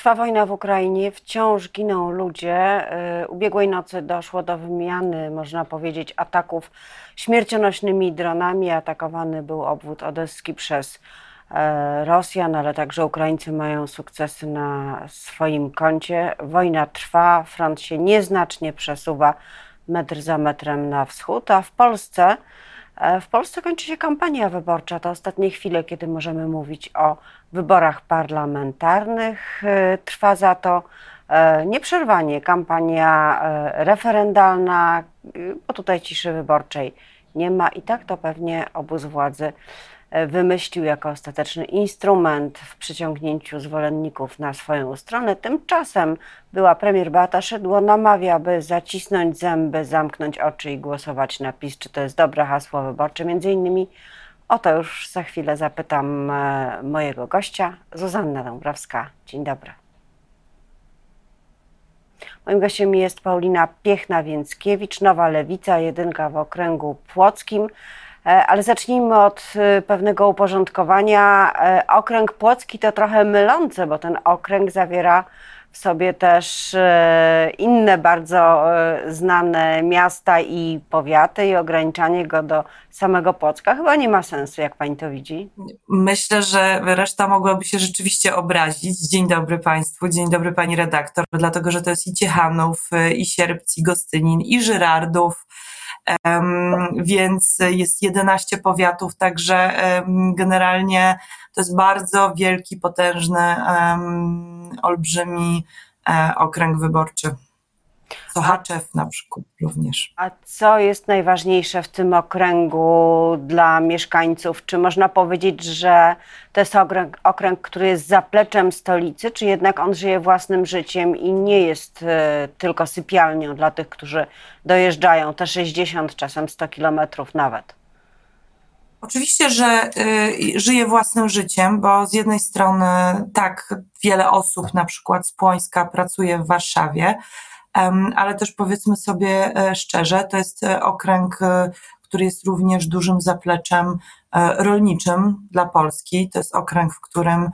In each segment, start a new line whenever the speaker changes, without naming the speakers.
Trwa wojna w Ukrainie, wciąż giną ludzie. Ubiegłej nocy doszło do wymiany, można powiedzieć, ataków śmiercionośnymi dronami. Atakowany był obwód odeski przez Rosjan, ale także Ukraińcy mają sukcesy na swoim koncie. Wojna trwa, front się nieznacznie przesuwa metr za metrem na wschód, a w Polsce kończy się kampania wyborcza. To ostatnie chwile, kiedy możemy mówić o wyborach parlamentarnych. Trwa za to nieprzerwanie kampania referendalna, bo tutaj ciszy wyborczej nie ma i tak to pewnie obóz władzy wymyślił jako ostateczny instrument w przyciągnięciu zwolenników na swoją stronę. Tymczasem była premier Beata Szydło namawia, by zacisnąć zęby, zamknąć oczy i głosować na PiS. Czy to jest dobre hasło wyborcze? Między innymi o to już za chwilę zapytam mojego gościa, Zuzanna Dąbrowska. Dzień dobry. Moim gościem jest Paulina Piechna-Więckiewicz, Nowa Lewica, jedynka w okręgu płockim. Ale zacznijmy od pewnego uporządkowania. Okręg płocki to trochę mylące, bo ten okręg zawiera w sobie też inne bardzo znane miasta i powiaty i ograniczanie go do samego Płocka chyba nie ma sensu, jak pani to widzi?
Myślę, że reszta mogłaby się rzeczywiście obrazić. Dzień dobry Państwu, dzień dobry Pani redaktor, dlatego że to jest i Ciechanów, i Sierpc, i Gostynin, i Żyrardów, więc jest 11 powiatów, także generalnie to jest bardzo wielki, potężny, olbrzymi okręg wyborczy. Sochaczew na przykład również.
A co jest najważniejsze w tym okręgu dla mieszkańców? Czy można powiedzieć, że to jest okręg, który jest zapleczem stolicy, czy jednak on żyje własnym życiem i nie jest tylko sypialnią dla tych, którzy dojeżdżają te 60, czasem 100 kilometrów nawet?
Oczywiście, że żyje własnym życiem, bo z jednej strony tak wiele osób, na przykład z Płońska, pracuje w Warszawie, ale też powiedzmy sobie szczerze, to jest okręg, który jest również dużym zapleczem rolniczym dla Polski. To jest okręg, w którym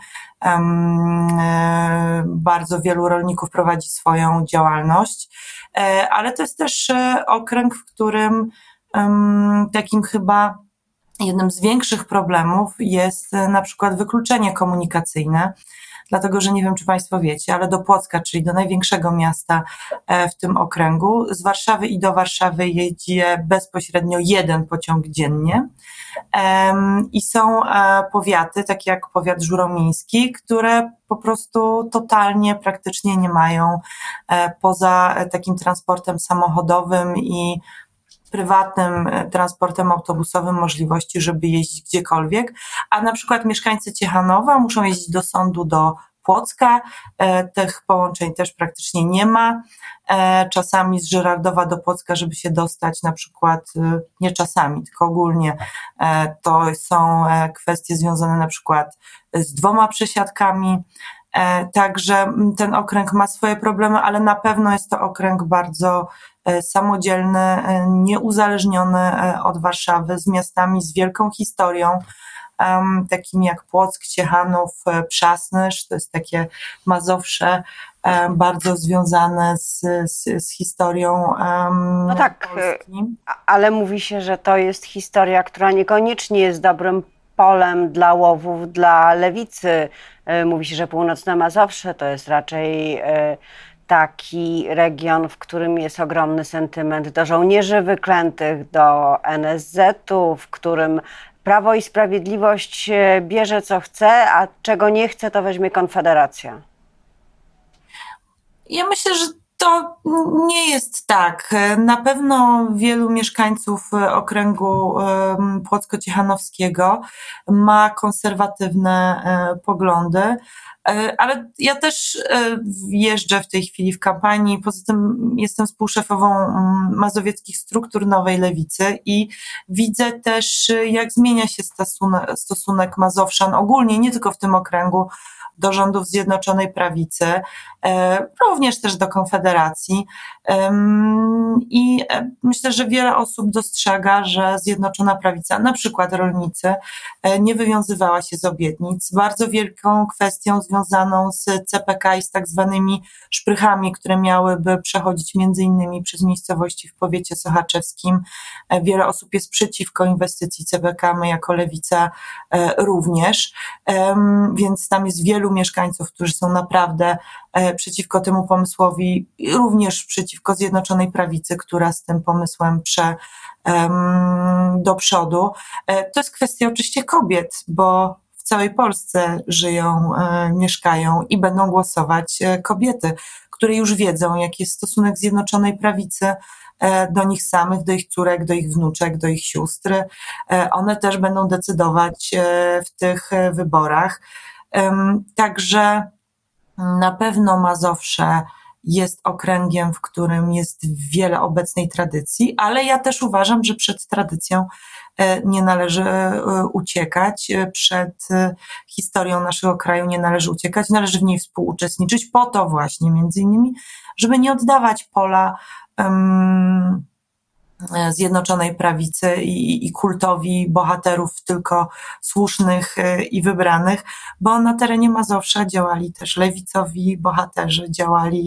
bardzo wielu rolników prowadzi swoją działalność, ale to jest też okręg, w którym takim chyba jednym z większych problemów jest na przykład wykluczenie komunikacyjne, dlatego że nie wiem, czy Państwo wiecie, ale do Płocka, czyli do największego miasta w tym okręgu, z Warszawy i do Warszawy jedzie bezpośrednio jeden pociąg dziennie. I są powiaty, takie jak powiat żuromiński, które po prostu totalnie, praktycznie nie mają poza takim transportem samochodowym i prywatnym transportem autobusowym możliwości, żeby jeździć gdziekolwiek, a na przykład mieszkańcy Ciechanowa muszą jeździć do sądu do Płocka, tych połączeń też praktycznie nie ma, czasami z Żyrardowa do Płocka, żeby się dostać na przykład, nie czasami, tylko ogólnie, to są kwestie związane na przykład z 2 przesiadkami, także ten okręg ma swoje problemy, ale na pewno jest to okręg bardzo samodzielny, nieuzależniony od Warszawy, z miastami z wielką historią, takimi jak Płock, Ciechanów, Przasnysz, to jest takie Mazowsze, bardzo związane z historią
No tak,
Polski.
ale mówi się, że to jest historia, która niekoniecznie jest dobrym polem dla łowów, dla lewicy. Mówi się, że północne Mazowsze to jest raczej taki region, w którym jest ogromny sentyment do żołnierzy wyklętych, do NSZ-u, w którym Prawo i Sprawiedliwość bierze co chce, a czego nie chce, to weźmie Konfederacja.
Ja myślę, że to nie jest tak. Na pewno wielu mieszkańców okręgu płocko-ciechanowskiego ma konserwatywne poglądy, ale ja też jeżdżę w tej chwili w kampanii, poza tym jestem współszefową mazowieckich struktur Nowej Lewicy i widzę też, jak zmienia się stosunek Mazowszan ogólnie, nie tylko w tym okręgu, do rządów Zjednoczonej Prawicy, również też do Konfederacji. I myślę, że wiele osób dostrzega, że Zjednoczona Prawica, na przykład rolnicy, nie wywiązywała się z obietnic. Bardzo wielką kwestią związaną z CPK i z tak zwanymi szprychami, które miałyby przechodzić między innymi przez miejscowości w powiecie sochaczewskim. Wiele osób jest przeciwko inwestycji CPK, my jako Lewica również, więc tam jest wielu mieszkańców, którzy są naprawdę przeciwko temu pomysłowi, również przeciwko Zjednoczonej Prawicy, która z tym pomysłem do przodu. To jest kwestia oczywiście kobiet, bo w całej Polsce żyją, mieszkają i będą głosować kobiety, które już wiedzą, jaki jest stosunek Zjednoczonej Prawicy do nich samych, do ich córek, do ich wnuczek, do ich sióstr. One też będą decydować w tych wyborach. Także na pewno Mazowsze jest okręgiem, w którym jest wiele obecnej tradycji, ale ja też uważam, że przed tradycją nie należy uciekać, przed historią naszego kraju nie należy uciekać, należy w niej współuczestniczyć po to właśnie między innymi, żeby nie oddawać pola Zjednoczonej Prawicy i kultowi bohaterów tylko słusznych i wybranych, bo na terenie Mazowsza działali też lewicowi bohaterzy, działali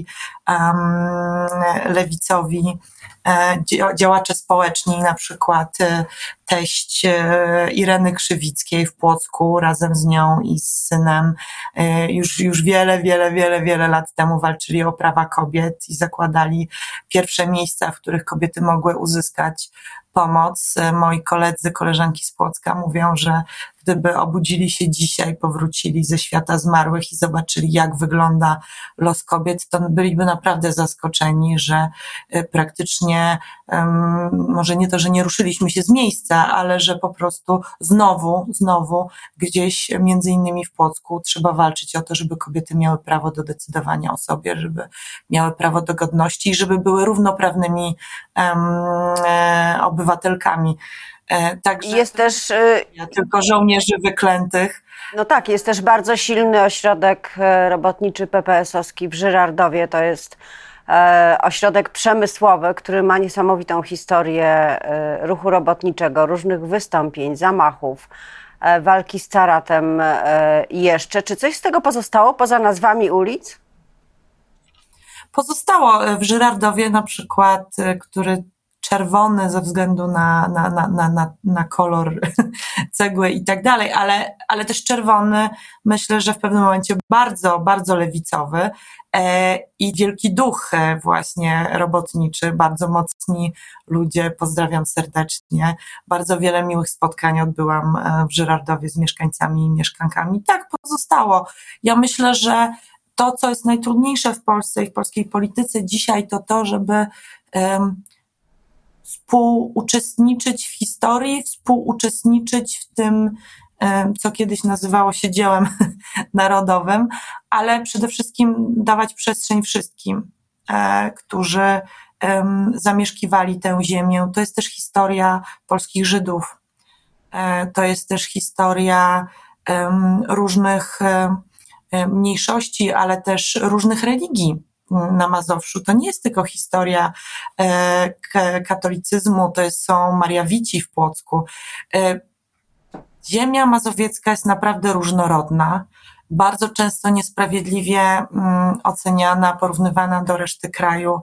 lewicowi działacze społeczni, na przykład teść Ireny Krzywickiej w Płocku razem z nią i z synem już wiele lat temu walczyli o prawa kobiet i zakładali pierwsze miejsca, w których kobiety mogły uzyskać pomoc. Moi koledzy, koleżanki z Płocka mówią, że gdyby obudzili się dzisiaj, powrócili ze świata zmarłych i zobaczyli, jak wygląda los kobiet, to byliby naprawdę zaskoczeni, że praktycznie, może nie to, że nie ruszyliśmy się z miejsca, ale że po prostu znowu gdzieś między innymi w Płocku trzeba walczyć o to, żeby kobiety miały prawo do decydowania o sobie, żeby miały prawo do godności i żeby były równoprawnymi obywatelkami. Także
jest też
tylko żołnierzy wyklętych.
No tak, jest też bardzo silny ośrodek robotniczy PPS-owski w Żyrardowie. To jest ośrodek przemysłowy, który ma niesamowitą historię ruchu robotniczego, różnych wystąpień, zamachów, walki z caratem i jeszcze. Czy coś z tego pozostało poza nazwami ulic?
Pozostało w Żyrardowie na przykład, który czerwony ze względu na kolor cegły i tak dalej, ale też czerwony, myślę, że w pewnym momencie bardzo lewicowy i wielki duch właśnie robotniczy, bardzo mocni ludzie, pozdrawiam serdecznie. Bardzo wiele miłych spotkań odbyłam w Żyrardowie z mieszkańcami i mieszkankami. Tak pozostało. Ja myślę, że to, co jest najtrudniejsze w Polsce i w polskiej polityce dzisiaj, to to, żeby współuczestniczyć w historii, współuczestniczyć w tym, co kiedyś nazywało się dziełem narodowym, ale przede wszystkim dawać przestrzeń wszystkim, którzy zamieszkiwali tę ziemię. To jest też historia polskich Żydów. To jest też historia różnych mniejszości, ale też różnych religii na Mazowszu. To nie jest tylko historia katolicyzmu, to są Mariawici w Płocku. Ziemia mazowiecka jest naprawdę różnorodna, bardzo często niesprawiedliwie oceniana, porównywana do reszty kraju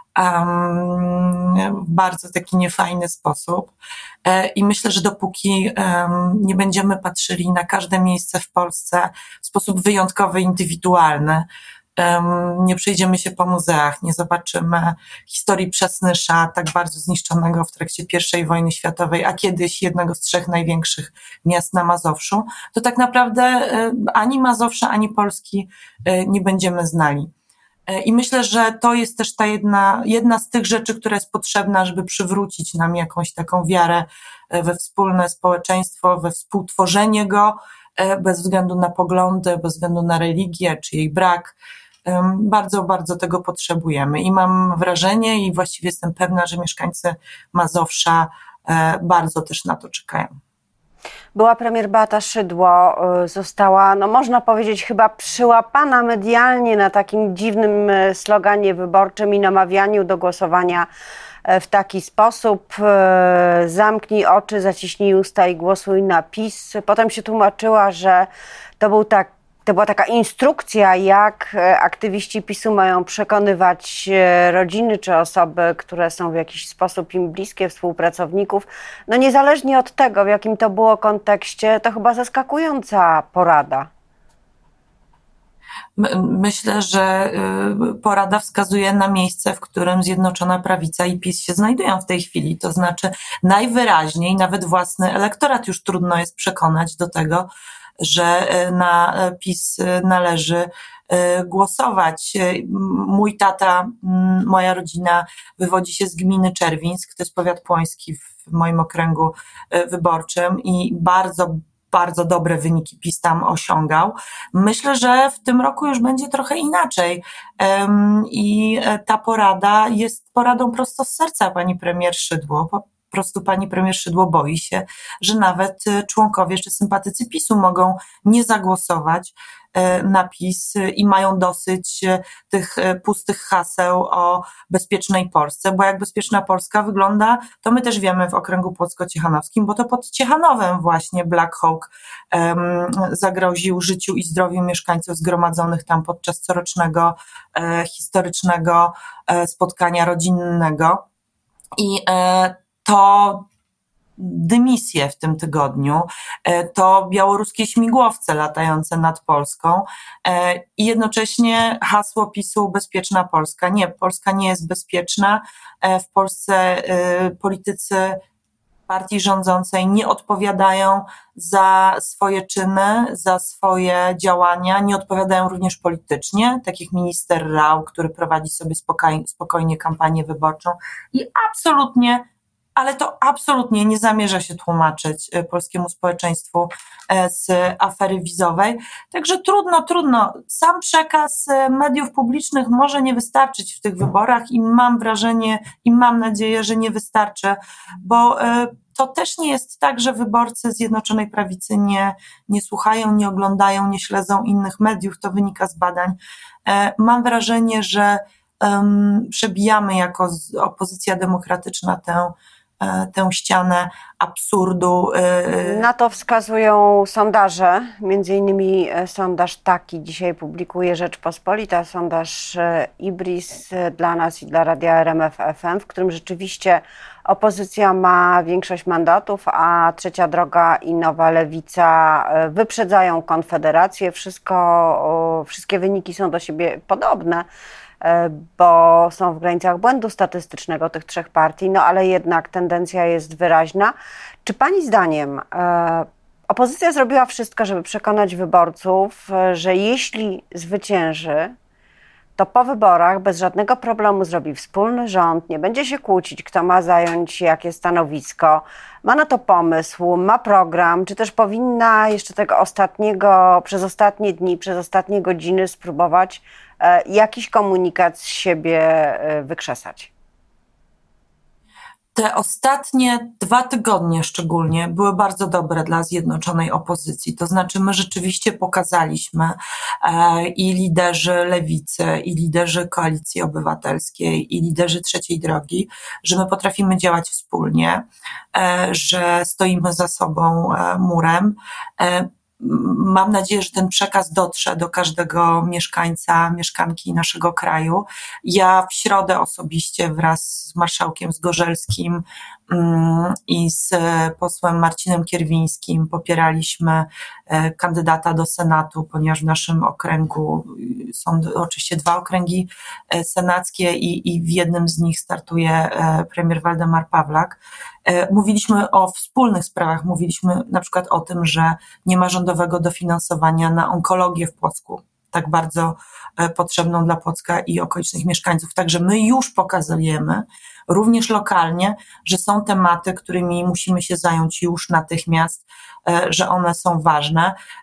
w bardzo taki niefajny sposób. I myślę, że dopóki nie będziemy patrzyli na każde miejsce w Polsce w sposób wyjątkowy, indywidualny, nie przejdziemy się po muzeach, nie zobaczymy historii Przasnysza, tak bardzo zniszczonego w trakcie I wojny światowej, a kiedyś jednego z 3 największych miast na Mazowszu, to tak naprawdę ani Mazowsza, ani Polski nie będziemy znali. I myślę, że to jest też ta jedna z tych rzeczy, która jest potrzebna, żeby przywrócić nam jakąś taką wiarę we wspólne społeczeństwo, we współtworzenie go, bez względu na poglądy, bez względu na religię czy jej brak. Bardzo tego potrzebujemy i mam wrażenie i właściwie jestem pewna, że mieszkańcy Mazowsza bardzo też na to czekają.
Była premier Beata Szydło, została, no można powiedzieć, chyba przyłapana medialnie na takim dziwnym sloganie wyborczym i namawianiu do głosowania w taki sposób: zamknij oczy, zaciśnij usta i głosuj na PiS. Potem się tłumaczyła, że to była taka instrukcja, jak aktywiści PiS-u mają przekonywać rodziny czy osoby, które są w jakiś sposób im bliskie, współpracowników. No niezależnie od tego, w jakim to było kontekście, to chyba zaskakująca porada.
Myślę, że porada wskazuje na miejsce, w którym Zjednoczona Prawica i PiS się znajdują w tej chwili. To znaczy najwyraźniej nawet własny elektorat już trudno jest przekonać do tego, że na PiS należy głosować. Mój tata, moja rodzina wywodzi się z gminy Czerwińsk, to jest powiat płoński w moim okręgu wyborczym i bardzo dobre wyniki PiS tam osiągał. Myślę, że w tym roku już będzie trochę inaczej i ta porada jest poradą prosto z serca pani premier Szydło. Po prostu pani premier Szydło boi się, że nawet członkowie czy sympatycy PiS-u mogą nie zagłosować na PiS i mają dosyć tych pustych haseł o bezpiecznej Polsce, bo jak bezpieczna Polska wygląda, to my też wiemy w okręgu płocko-ciechanowskim, bo to pod Ciechanowem właśnie Black Hawk zagroził życiu i zdrowiu mieszkańców zgromadzonych tam podczas corocznego historycznego spotkania rodzinnego. I to dymisje w tym tygodniu, to białoruskie śmigłowce latające nad Polską i jednocześnie hasło PiS-u bezpieczna Polska. Nie, Polska nie jest bezpieczna. W Polsce politycy partii rządzącej nie odpowiadają za swoje czyny, za swoje działania, nie odpowiadają również politycznie, tak jak minister Rau, który prowadzi sobie spokojnie kampanię wyborczą i ale to absolutnie nie zamierza się tłumaczyć polskiemu społeczeństwu z afery wizowej. Także trudno. Sam przekaz mediów publicznych może nie wystarczyć w tych wyborach i mam wrażenie i mam nadzieję, że nie wystarczy, bo to też nie jest tak, że wyborcy Zjednoczonej Prawicy nie słuchają, nie oglądają, nie śledzą innych mediów. To wynika z badań. Mam wrażenie, że przebijamy jako opozycja demokratyczna tę ścianę absurdu.
Na to wskazują sondaże, między innymi sondaż taki dzisiaj publikuje Rzeczpospolita, sondaż Ibris dla nas i dla radia RMF FM, w którym rzeczywiście opozycja ma większość mandatów, a Trzecia Droga i Nowa Lewica wyprzedzają Konfederację. Wszystkie wyniki są do siebie podobne, bo są w granicach błędu statystycznego tych trzech partii, no ale jednak tendencja jest wyraźna. Czy pani zdaniem opozycja zrobiła wszystko, żeby przekonać wyborców, że jeśli zwycięży, to po wyborach bez żadnego problemu zrobi wspólny rząd, nie będzie się kłócić, kto ma zająć jakie stanowisko, ma na to pomysł, ma program, czy też powinna jeszcze przez ostatnie dni, przez ostatnie godziny spróbować jakiś komunikat z siebie wykrzesać?
Te ostatnie 2 tygodnie szczególnie były bardzo dobre dla zjednoczonej opozycji. To znaczy my rzeczywiście pokazaliśmy i liderzy Lewicy, i liderzy Koalicji Obywatelskiej, i liderzy Trzeciej Drogi, że my potrafimy działać wspólnie, że stoimy za sobą murem. Mam nadzieję, że ten przekaz dotrze do każdego mieszkańca, mieszkanki naszego kraju. Ja w środę osobiście wraz z marszałkiem Zgorzelskim i z posłem Marcinem Kierwińskim popieraliśmy kandydata do Senatu, ponieważ w naszym okręgu są oczywiście 2 okręgi senackie i w jednym z nich startuje premier Waldemar Pawlak. Mówiliśmy o wspólnych sprawach, mówiliśmy na przykład o tym, że nie ma rządowego dofinansowania na onkologię w Płocku, tak bardzo potrzebną dla Płocka i okolicznych mieszkańców. Także my już pokazujemy, również lokalnie, że są tematy, którymi musimy się zająć już natychmiast, że one są ważne.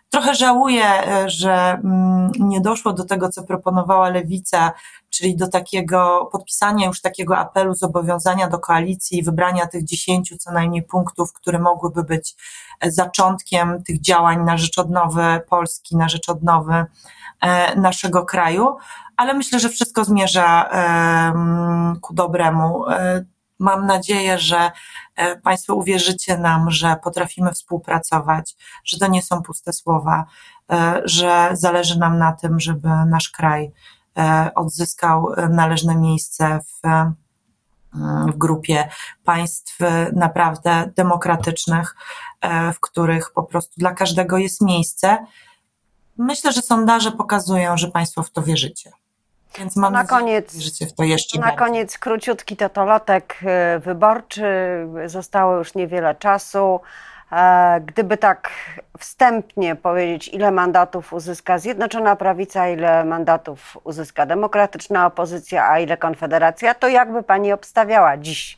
Trochę żałuję, że nie doszło do tego, co proponowała Lewica, czyli do takiego podpisania już takiego apelu, zobowiązania do koalicji i wybrania tych 10 co najmniej punktów, które mogłyby być zaczątkiem tych działań na rzecz odnowy Polski, na rzecz odnowy naszego kraju, ale myślę, że wszystko zmierza ku dobremu. Mam nadzieję, że Państwo uwierzycie nam, że potrafimy współpracować, że to nie są puste słowa, że zależy nam na tym, żeby nasz kraj odzyskał należne miejsce w grupie państw naprawdę demokratycznych, w których po prostu dla każdego jest miejsce. Myślę, że sondaże pokazują, że Państwo w to wierzycie. Więc mam nadzieję, że wierzycie w to jeszcze
bardziej. Na koniec króciutki totolotek wyborczy. Zostało już niewiele czasu. Gdyby tak wstępnie powiedzieć, ile mandatów uzyska Zjednoczona Prawica, ile mandatów uzyska demokratyczna opozycja, a ile Konfederacja, to jakby pani obstawiała dziś?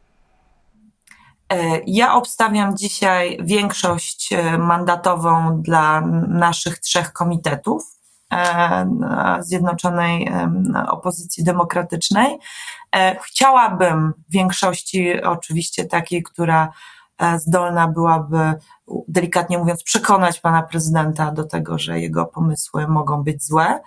Ja obstawiam dzisiaj większość mandatową dla naszych 3 komitetów Zjednoczonej Opozycji Demokratycznej. Chciałabym większości oczywiście takiej, która zdolna byłaby, delikatnie mówiąc, przekonać pana prezydenta do tego, że jego pomysły mogą być złe.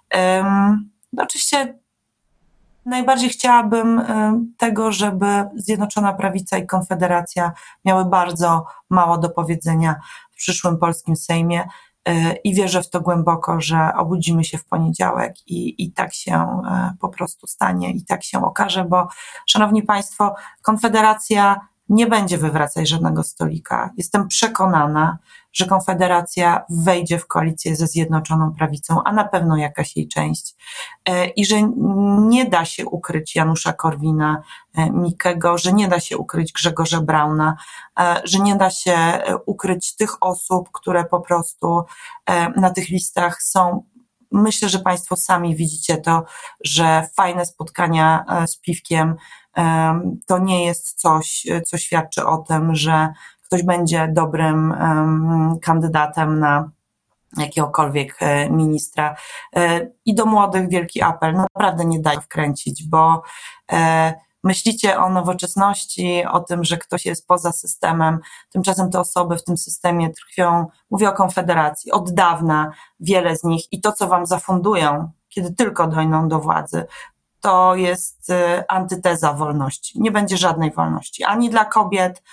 Oczywiście najbardziej chciałabym tego, żeby Zjednoczona Prawica i Konfederacja miały bardzo mało do powiedzenia w przyszłym polskim Sejmie i wierzę w to głęboko, że obudzimy się w poniedziałek i tak się po prostu stanie i tak się okaże, bo szanowni państwo, Konfederacja nie będzie wywracać żadnego stolika. Jestem przekonana, że Konfederacja wejdzie w koalicję ze Zjednoczoną Prawicą, a na pewno jakaś jej część. I że nie da się ukryć Janusza Korwina-Mikkego, że nie da się ukryć Grzegorza Brauna, że nie da się ukryć tych osób, które po prostu na tych listach są. Myślę, że państwo sami widzicie to, że fajne spotkania z piwkiem to nie jest coś, co świadczy o tym, że ktoś będzie dobrym kandydatem na jakiegokolwiek ministra. I do młodych wielki apel, naprawdę nie daj wkręcić, bo myślicie o nowoczesności, o tym, że ktoś jest poza systemem, tymczasem te osoby w tym systemie tkwią, mówię o Konfederacji, od dawna, wiele z nich i to, co wam zafundują, kiedy tylko dojdą do władzy, to jest antyteza wolności. Nie będzie żadnej wolności, ani dla kobiet,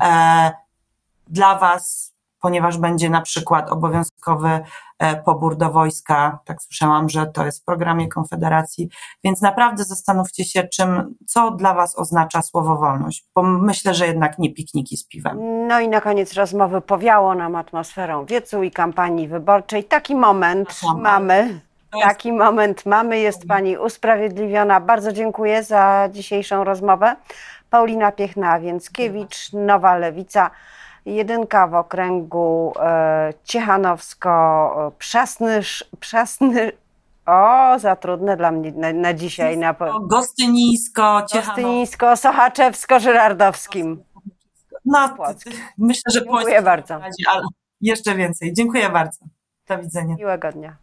dla was, ponieważ będzie na przykład obowiązkowy pobór do wojska. Tak słyszałam, że to jest w programie Konfederacji, więc naprawdę zastanówcie się, co dla was oznacza słowo wolność, bo myślę, że jednak nie pikniki z piwem.
No i na koniec rozmowy powiało nam atmosferą wiecu i kampanii wyborczej. Taki moment mamy. Jest pani usprawiedliwiona. Bardzo dziękuję za dzisiejszą rozmowę. Paulina Piechna-Więckiewicz, Nowa Lewica, 1 w okręgu Ciechanowsko-Przasny, za trudne dla mnie na dzisiaj.
Gostynińsko,
Sochaczewsko-Żyrardowskim.
No, myślę, że
dziękuję bardzo.
Ale jeszcze więcej. Dziękuję bardzo. Do widzenia.
Miłego dnia.